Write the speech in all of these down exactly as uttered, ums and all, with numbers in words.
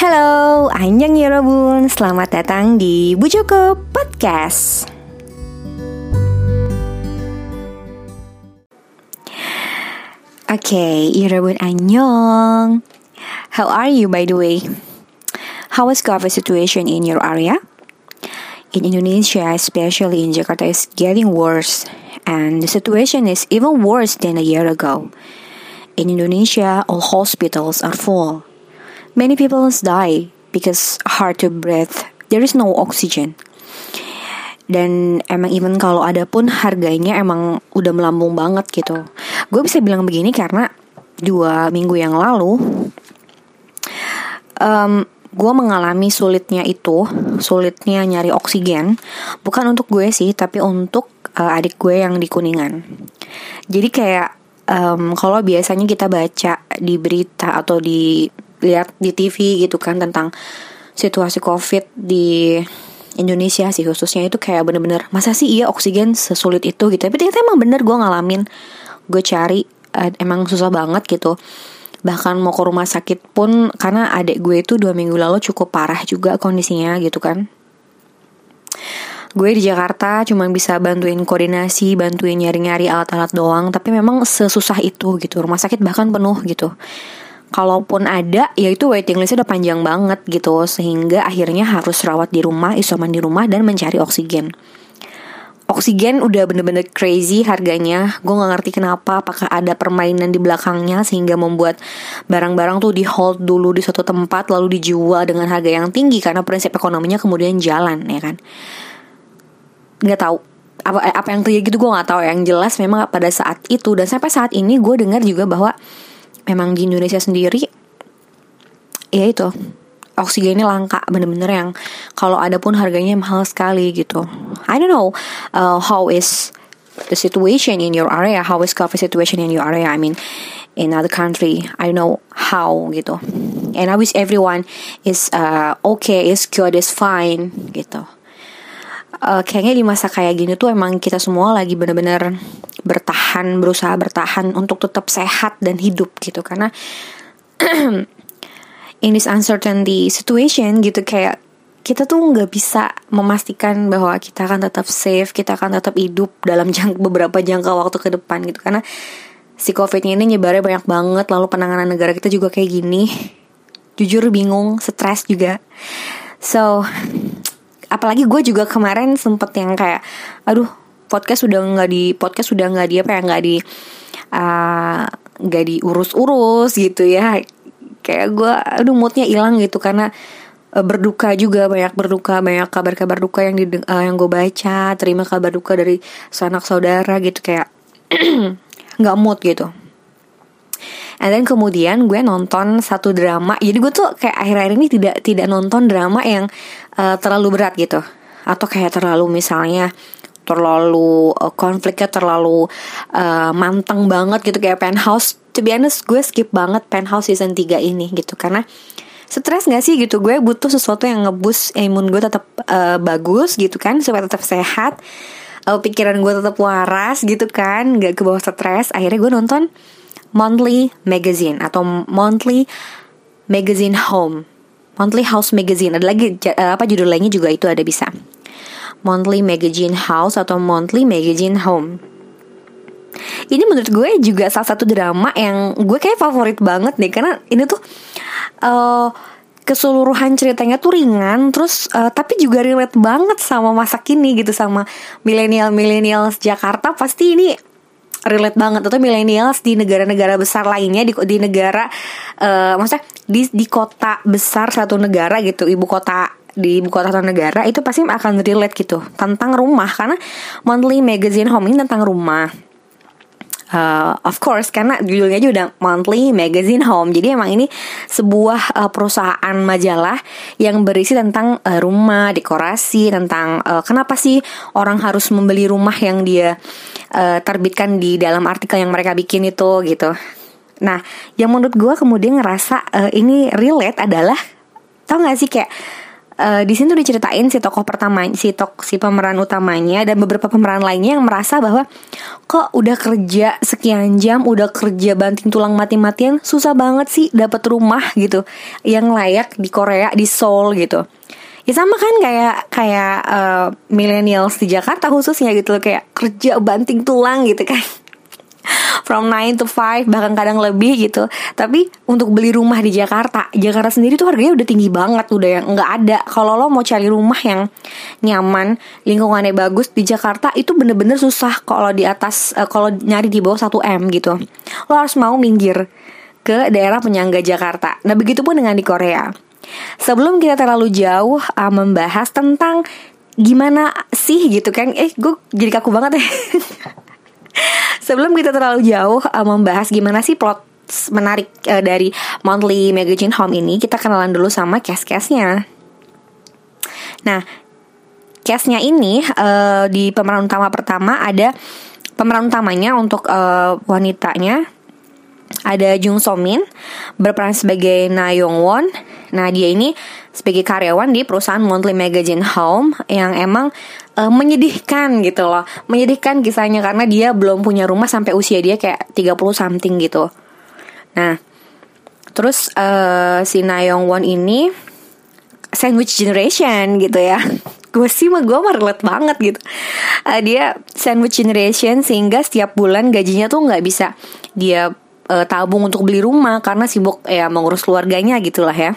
Halo, annyeong 여러분. Selamat datang di Bu Joko Podcast. Okay, 여러분 annyeong. How are you by the way? How is COVID situation in your area? In Indonesia, especially in Jakarta, is getting worse, and the situation is even worse than a year ago. In Indonesia, all hospitals are full. Many people die because hard to breathe. There is no oxygen. Dan emang even kalau ada pun harganya emang udah melambung banget gitu. Gue bisa bilang begini karena dua minggu yang lalu um, gue mengalami sulitnya itu, sulitnya nyari oksigen. Bukan untuk gue sih, tapi untuk uh, adik gue yang di Kuningan. Jadi kayak um, kalau biasanya kita baca di berita atau di lihat di T V gitu kan tentang situasi COVID di Indonesia sih khususnya, itu kayak bener-bener masa sih iya oksigen sesulit itu gitu. Tapi ternyata emang bener gue ngalamin, gue cari uh, emang susah banget gitu. Bahkan mau ke rumah sakit pun karena adik gue itu dua minggu lalu cukup parah juga kondisinya gitu kan. Gue di Jakarta cuma bisa bantuin koordinasi, bantuin nyari-nyari alat-alat doang. Tapi memang sesusah itu gitu. Rumah sakit bahkan penuh gitu. Kalaupun ada, ya itu waiting listnya udah panjang banget gitu. Sehingga akhirnya harus rawat di rumah, isoman di rumah, dan mencari oksigen. Oksigen udah bener-bener crazy harganya. Gue gak ngerti kenapa, apakah ada permainan di belakangnya sehingga membuat barang-barang tuh di hold dulu di suatu tempat, lalu dijual dengan harga yang tinggi karena prinsip ekonominya kemudian jalan, ya kan. Gak tahu apa, apa yang terjadi gitu, gue gak tahu. Yang jelas memang pada saat itu dan sampai saat ini gue dengar juga bahwa memang di Indonesia sendiri ya itu oksigennya langka, bener-bener yang kalau ada pun harganya mahal sekali gitu. I don't know uh, how is the situation in your area, how is COVID situation in your area, I mean in other country, I don't know how gitu. And I wish everyone is uh, okay, is good, is fine gitu. Uh, kayaknya di masa kayak gini tuh emang kita semua lagi benar-benar bertahan, berusaha bertahan untuk tetap sehat dan hidup gitu. Karena in this uncertainty situation gitu, kayak kita tuh nggak bisa memastikan bahwa kita akan tetap safe, kita akan tetap hidup dalam jangka, beberapa jangka waktu ke depan gitu. Karena si COVID ini nyebarnya banyak banget, lalu penanganan negara kita juga kayak gini. Jujur bingung, stres juga. So apalagi gue juga kemarin sempet yang kayak, aduh podcast sudah nggak di podcast sudah nggak di apa ya nggak di nggak uh, diurus-urus gitu ya. Kayak gue, aduh moodnya hilang gitu karena uh, berduka juga, banyak berduka, banyak kabar-kabar duka yang di, uh, yang gue baca, terima kabar duka dari sanak saudara gitu, kayak nggak mood gitu. And then kemudian gue nonton satu drama. Jadi gue tuh kayak akhir-akhir ini tidak tidak nonton drama yang uh, terlalu berat gitu, atau kayak terlalu misalnya terlalu uh, konfliknya terlalu uh, manteng banget gitu kayak Penthouse. To be honest, gue skip banget Penthouse season tiga ini gitu karena stres gak sih gitu. Gue butuh sesuatu yang nge-boost imun gue tetap uh, bagus gitu kan, supaya tetap sehat, uh, pikiran gue tetap waras gitu kan, gak kebawa stres. Akhirnya gue nonton Monthly Magazine atau Monthly Magazine Home, Monthly House Magazine. Ada lagi uh, apa judul lainnya juga itu ada bisa. Monthly Magazine House atau Monthly Magazine Home. Ini menurut gue juga salah satu drama yang gue kayak favorit banget nih, karena ini tuh uh, keseluruhan ceritanya tuh ringan, terus uh, tapi juga relate banget sama masa kini gitu, sama milenial-milenial Jakarta pasti ini relate banget, atau millennials di negara-negara besar lainnya, di, di negara uh, maksudnya di di kota besar satu negara gitu, ibu kota di ibu kota satu negara, itu pasti akan relate gitu tentang rumah, karena Monthly Magazine Home ini tentang rumah. Uh, of course karena judulnya aja udah Monthly Magazine Home. Jadi emang ini sebuah uh, perusahaan majalah yang berisi tentang uh, rumah, dekorasi, tentang uh, kenapa sih orang harus membeli rumah yang dia uh, terbitkan di dalam artikel yang mereka bikin itu gitu. Nah, yang menurut gue kemudian ngerasa uh, ini relate adalah, tau gak sih kayak uh, di sini tuh diceritain si tokoh pertama, si tok si pemeran utamanya dan beberapa pemeran lainnya yang merasa bahwa kok udah kerja sekian jam, udah kerja banting tulang mati-matian, susah banget sih dapat rumah gitu yang layak di Korea, di Seoul gitu. Ya sama kan kayak kayak uh, millennials di Jakarta khususnya gitu loh, kayak kerja banting tulang gitu kan. From nine to five bahkan kadang lebih gitu. Tapi untuk beli rumah di Jakarta, Jakarta sendiri tuh harganya udah tinggi banget, udah yang nggak ada. Kalau lo mau cari rumah yang nyaman, lingkungannya bagus di Jakarta itu bener-bener susah. Kalau di atas, uh, kalau nyari di bawah satu M gitu, lo harus mau minggir ke daerah penyangga Jakarta. Nah begitupun dengan di Korea. Sebelum kita terlalu jauh uh, membahas tentang gimana sih gitu kan, eh gue jadi kaku banget ya. Sebelum kita terlalu jauh uh, membahas gimana sih plot menarik uh, dari Monthly Magazine Home ini, kita kenalan dulu sama cast-castnya. Nah, castnya ini uh, di pemeran utama pertama ada pemeran utamanya untuk uh, wanitanya. Ada Jung So Min berperan sebagai Na Yong Won. Nah dia ini sebagai karyawan di perusahaan Monthly Magazine Home yang emang uh, menyedihkan gitu loh. Menyedihkan kisahnya karena dia belum punya rumah sampai usia dia kayak tiga puluh something gitu. Nah terus uh, si Na Yong Won ini sandwich generation gitu ya. Gue sih mah gue mah relate banget gitu. uh, Dia sandwich generation sehingga setiap bulan gajinya tuh gak bisa dia Uh, tabung untuk beli rumah karena sibuk ya mengurus keluarganya gitulah ya.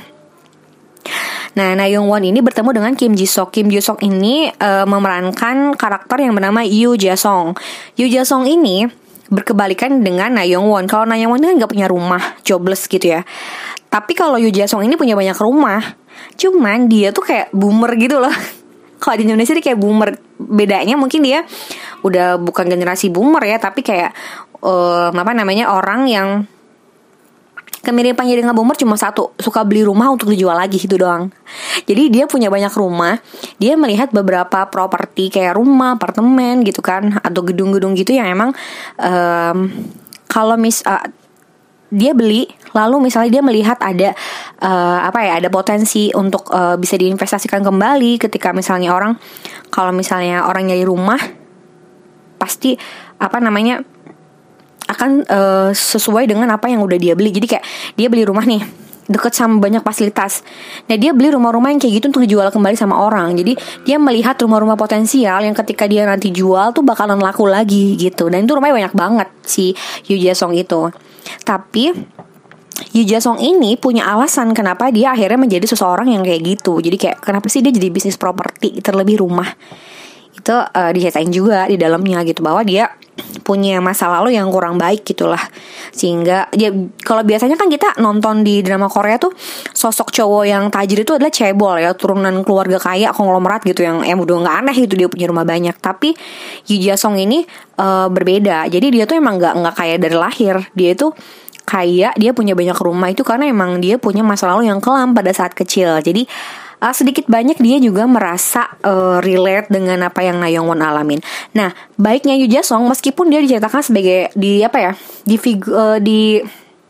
Nah, Na Yong Won ini bertemu dengan Kim Ji Sok. Kim Ji Sok ini uh, memerankan karakter yang bernama Yoo Ja Song. Yoo Ja Song ini berkebalikan dengan Na Yong Won. Kalau Na Yong Won ini kan gak punya rumah, jobless gitu ya. Tapi kalau Yoo Ja Song ini punya banyak rumah. Cuman dia tuh kayak boomer gitu loh. Kalau di Indonesia dia kayak boomer. Bedanya mungkin dia udah bukan generasi boomer ya, tapi kayak Uh, apa namanya orang yang kemiripannya dengan boomer cuma satu, suka beli rumah untuk dijual lagi gitu doang. Jadi dia punya banyak rumah. Dia melihat beberapa properti kayak rumah, apartemen gitu kan, atau gedung-gedung gitu yang emang um, kalau mis uh, dia beli, lalu misalnya dia melihat ada uh, apa ya, ada potensi untuk uh, bisa diinvestasikan kembali. Ketika misalnya orang, kalau misalnya orang nyari rumah, pasti apa namanya akan uh, sesuai dengan apa yang udah dia beli. Jadi kayak dia beli rumah nih deket sama banyak fasilitas. Nah dia beli rumah-rumah yang kayak gitu untuk dijual kembali sama orang. Jadi dia melihat rumah-rumah potensial yang ketika dia nanti jual tuh bakalan laku lagi gitu. Dan itu rumahnya banyak banget si Yoo Ja Song itu. Tapi Yoo Ja Song ini punya alasan kenapa dia akhirnya menjadi seseorang yang kayak gitu. Jadi kayak kenapa sih dia jadi bisnis properti terlebih rumah. Itu uh, diceritain juga di dalamnya gitu, bahwa dia punya masa lalu yang kurang baik gitulah. Sehingga dia, kalau biasanya kan kita nonton di drama Korea tuh sosok cowok yang tajir itu adalah cebol ya, turunan keluarga kaya konglomerat gitu, yang em udah gak aneh itu dia punya rumah banyak. Tapi Yoo Ja Song ini uh, berbeda. Jadi dia tuh emang gak, gak kaya dari lahir. Dia itu kaya, dia punya banyak rumah itu karena emang dia punya masa lalu yang kelam pada saat kecil. Jadi Uh, sedikit banyak dia juga merasa uh, relate dengan apa yang Na Yong Won alamin. Nah, baiknya Yoo Ja Song meskipun dia diceritakan sebagai di apa ya, di figu, uh, di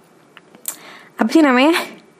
apa sih namanya,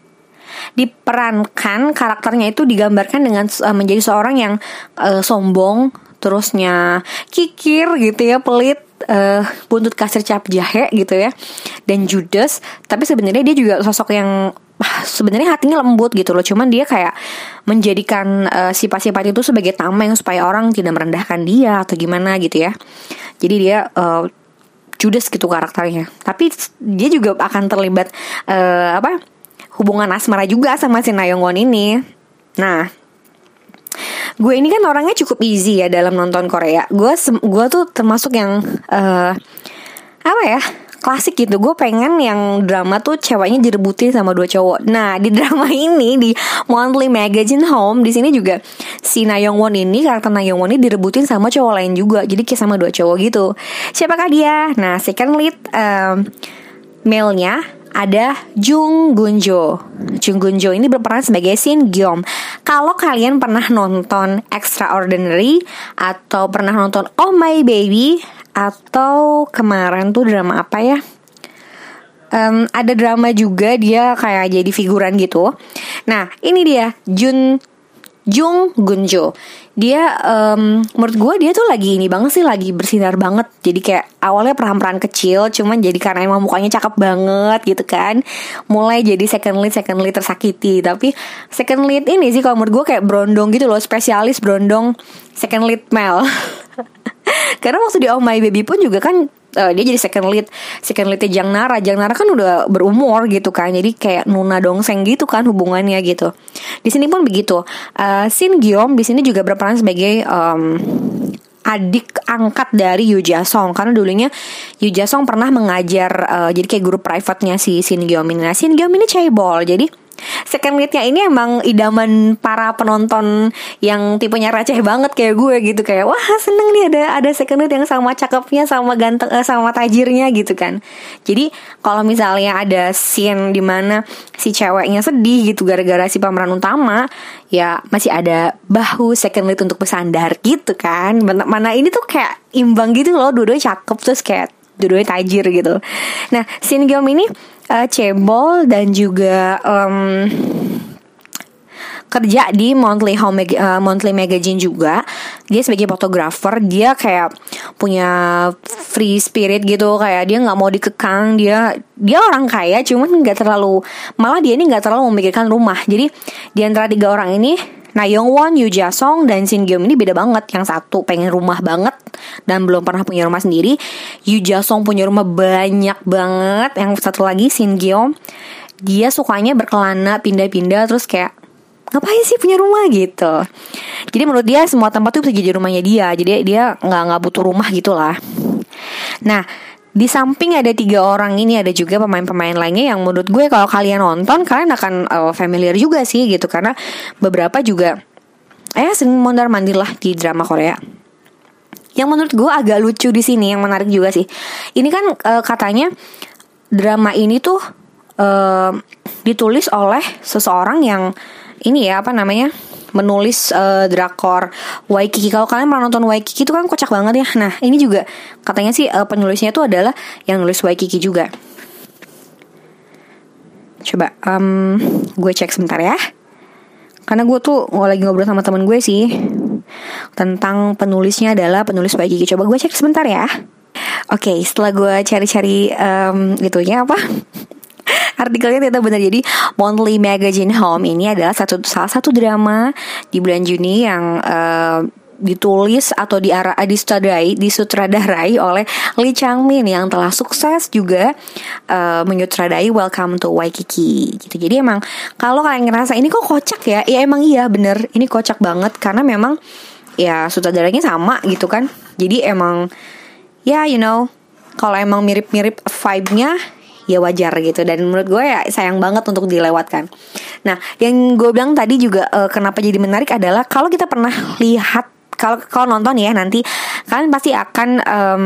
diperankan karakternya itu digambarkan dengan uh, menjadi seorang yang uh, sombong, terusnya kikir gitu ya, pelit, uh, buntut kasir cap jahe gitu ya, dan judes. Tapi sebenarnya dia juga sosok yang sebenarnya hatinya lembut gitu loh. Cuman dia kayak menjadikan uh, sifat-sifat itu sebagai tameng supaya orang tidak merendahkan dia atau gimana gitu ya. Jadi dia uh, judes gitu karakternya. Tapi dia juga akan terlibat uh, apa hubungan asmara juga sama si Na Yong Won ini. Nah, gue ini kan orangnya cukup easy ya dalam nonton Korea. Gue gue tuh termasuk yang uh, apa ya, klasik gitu. Gue pengen yang drama tuh ceweknya direbutin sama dua cowok. Nah di drama ini, di Monthly Magazine Home, di sini juga si Na Yong Won ini, karakter Na Yong Won ini direbutin sama cowok lain juga. Jadi kayak sama dua cowok gitu. Siapakah dia? Nah second lead um, male-nya ada Jung Gunjo. Jung Gunjo ini berperan sebagai Shin Gyom. Kalau kalian pernah nonton Extraordinary atau pernah nonton Oh My Baby, atau kemarin tuh drama apa ya, um, ada drama juga dia kayak jadi figuran gitu. Nah ini dia Jun Jung Gunjo. Dia um, menurut gue dia tuh lagi ini banget sih, lagi bersinar banget. Jadi kayak awalnya peran-peran kecil, cuman jadi karena emang mukanya cakep banget gitu kan, mulai jadi second lead second lead tersakiti. Tapi second lead ini sih kalau menurut gue kayak brondong gitu loh, spesialis brondong second lead male. Karena waktu di Oh My Baby pun juga kan uh, dia jadi second lead second leadnya Jang Nara. Jang Nara kan udah berumur gitu kan, jadi kayak Nuna Dongseng gitu kan hubungannya gitu. Di sini pun begitu. uh, Shin Gyeom di sini juga berperan sebagai um, adik angkat dari Yoo Ja Song, karena dulunya Yoo Ja Song pernah mengajar uh, jadi kayak guru private-nya si Shin Gyeom ini. Nah, Shin Gyeom ini chaebol, jadi second lead-nya ini emang idaman para penonton yang tipenya receh banget kayak gue gitu. Kayak wah seneng nih ada ada second lead yang sama cakepnya, sama ganteng, eh, sama tajirnya gitu kan. Jadi kalau misalnya ada scene dimana si ceweknya sedih gitu gara-gara si pemeran utama, ya masih ada bahu second lead untuk bersandar gitu kan. Mana ini tuh kayak imbang gitu loh, dua-duanya cakep terus kayak dua-duanya tajir gitu. Nah, Shin Gyeom ini uh, cebol dan juga um, kerja di Monthly Home uh, Monthly Magazine juga. Dia sebagai fotografer, dia kayak punya free spirit gitu, kayak dia nggak mau dikekang. Dia dia orang kaya, cuman nggak terlalu, malah dia ini nggak terlalu memikirkan rumah. Jadi di antara tiga orang ini, Nah Youngwon, Yoo Ja Song, dan Shin Gyeom ini beda banget. Yang satu pengen rumah banget dan belum pernah punya rumah sendiri. Yoo Ja Song punya rumah banyak banget. Yang satu lagi Shin Gyeom, dia sukanya berkelana, pindah-pindah, terus kayak ngapain sih punya rumah gitu. Jadi menurut dia semua tempat tuh bisa jadi rumahnya dia. Jadi dia nggak nggak butuh rumah gitulah. Nah, di samping ada tiga orang ini, ada juga pemain-pemain lainnya yang menurut gue kalau kalian nonton kalian akan uh, familiar juga sih gitu, karena beberapa juga eh sering mondar-mandir lah di drama Korea. Yang menurut gue agak lucu di sini, yang menarik juga sih. Ini kan uh, katanya drama ini tuh uh, ditulis oleh seseorang yang ini ya apa namanya menulis uh, drakor Waikiki. Kalau kalian pernah nonton Waikiki itu kan kocak banget ya. Nah ini juga katanya sih uh, penulisnya itu adalah yang nulis Waikiki juga. Coba um, gue cek sebentar ya, karena gue tuh lagi ngobrol sama teman gue sih tentang penulisnya adalah penulis Waikiki. Coba gue cek sebentar ya. Oke, okay, setelah gue cari-cari um, gitunya apa artikelnya ternyata benar. Jadi Monthly Magazine Home ini adalah satu salah satu drama di bulan Juni yang uh, ditulis atau diarah disutradarai disutradarai oleh Lee Chang-min yang telah sukses juga uh, menyutradarai Welcome to Waikiki gitu. Jadi emang kalau kalian ngerasa ini kok kocak ya, ya emang iya bener ini kocak banget karena memang ya sutradaranya sama gitu kan. Jadi emang ya you know kalau emang mirip-mirip vibe-nya ya wajar gitu. Dan menurut gue ya sayang banget untuk dilewatkan. Nah yang gue bilang tadi juga uh, kenapa jadi menarik adalah kalau kita pernah lihat, kalau kalau nonton ya nanti kalian pasti akan um,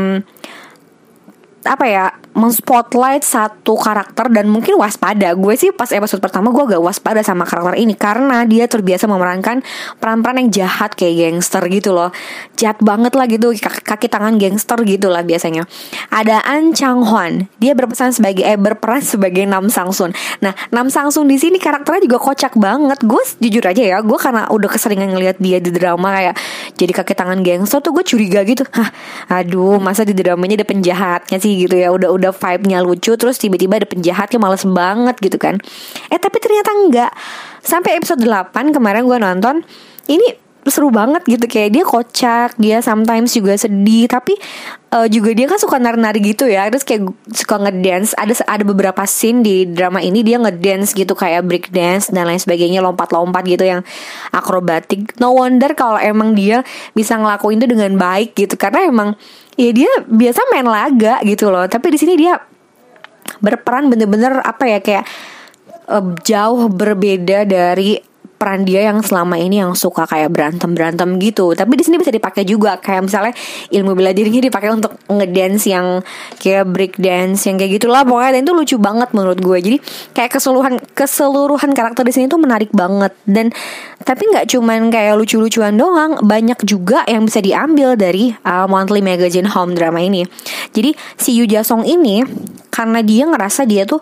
apa ya men-spotlight satu karakter dan mungkin waspada. Gue sih pas episode pertama gue agak waspada sama karakter ini karena dia terbiasa memerankan peran-peran yang jahat kayak gangster gitu loh. Jahat banget lah gitu, kaki, kaki tangan gangster gitu lah biasanya. Ada An Chang Hwan, dia berpesan sebagai eh berperan sebagai Nam Sang Sun. Nah Nam Sang Sun di sini karakternya juga kocak banget. Gue jujur aja ya, gue karena udah keseringan ngeliat dia di drama kayak jadi kaki tangan gangster tuh gue curiga gitu. Hah, aduh masa di dramanya ada penjahatnya sih gitu ya. Udah udah vibe-nya lucu, terus tiba-tiba ada penjahatnya males banget gitu kan. Eh tapi ternyata enggak. Sampai episode delapan kemarin gue nonton, ini seru banget gitu. Kayak dia kocak, dia sometimes juga sedih, tapi uh, juga dia kan suka nari-nari gitu ya. Terus kayak suka ngedance. Ada ada beberapa scene di drama ini dia ngedance gitu, kayak break dance dan lain sebagainya, lompat-lompat gitu yang akrobatik. No wonder kalau emang dia bisa ngelakuin itu dengan baik gitu, karena emang ya dia biasa main laga gitu loh. Tapi di sini dia berperan bener-bener apa ya, kayak uh, jauh berbeda dari peran dia yang selama ini yang suka kayak berantem-berantem gitu. Tapi di sini bisa dipakai juga, kayak misalnya ilmu bela dirinya dipakai untuk ngedance yang kayak break dance yang kayak gitulah pokoknya. Dan itu lucu banget menurut gue. Jadi kayak keseluruhan keseluruhan karakter di sini tuh menarik banget. Dan tapi nggak cuman kayak lucu-lucuan doang, banyak juga yang bisa diambil dari uh, Monthly Magazine Home drama ini. Jadi si Yoo Ja Song ini karena dia ngerasa dia tuh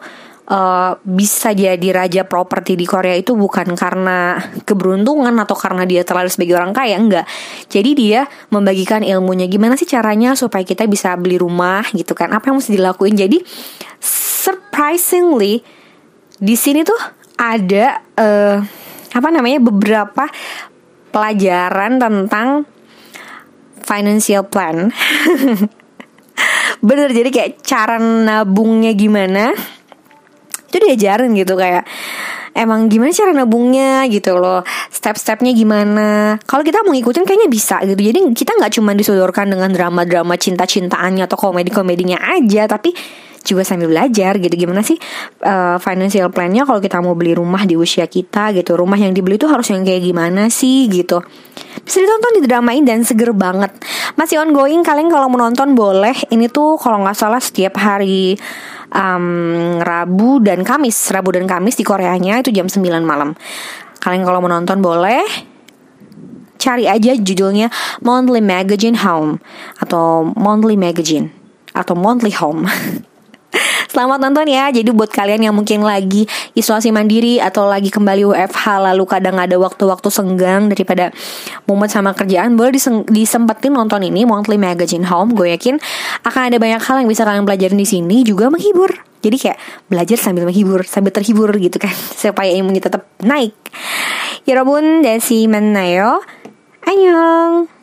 uh, bisa jadi raja properti di Korea itu bukan karena keberuntungan atau karena dia terlalu sebagai orang kaya, enggak. Jadi dia membagikan ilmunya gimana sih caranya supaya kita bisa beli rumah gitu kan, apa yang mesti dilakuin. Jadi surprisingly di sini tuh ada uh, apa namanya beberapa pelajaran tentang financial plan. Bener, jadi kayak cara nabungnya gimana itu diajarin gitu, kayak emang gimana cara nabungnya gitu loh, step-stepnya gimana. Kalau kita mau ngikutin kayaknya bisa gitu. Jadi kita nggak cuma disodorkan dengan drama-drama cinta-cintaannya atau komedi-komedinya aja, tapi juga sambil belajar gitu gimana sih uh, financial plan-nya kalau kita mau beli rumah di usia kita gitu. Rumah yang dibeli tuh harus yang kayak gimana sih gitu. Bisa ditonton, didramain dan seger banget. Masih ongoing, kalian kalau menonton boleh. Ini tuh kalau nggak salah setiap hari um, Rabu dan Kamis, Rabu dan Kamis di Koreanya itu jam sembilan malam. Kalian kalau menonton boleh. Cari aja judulnya Monthly Magazine Home atau Monthly Magazine atau Monthly Home. Selamat nonton ya. Jadi buat kalian yang mungkin lagi isolasi mandiri atau lagi kembali W F H lalu kadang ada waktu-waktu senggang daripada mumet sama kerjaan, boleh diseng- disempetin nonton ini Monthly Magazine Home. Gue yakin akan ada banyak hal yang bisa kalian pelajarin di sini, juga menghibur. Jadi kayak belajar sambil menghibur, sambil terhibur gitu kan, supaya imunnya tetap naik. 여러분, 다시 만나요. 안녕.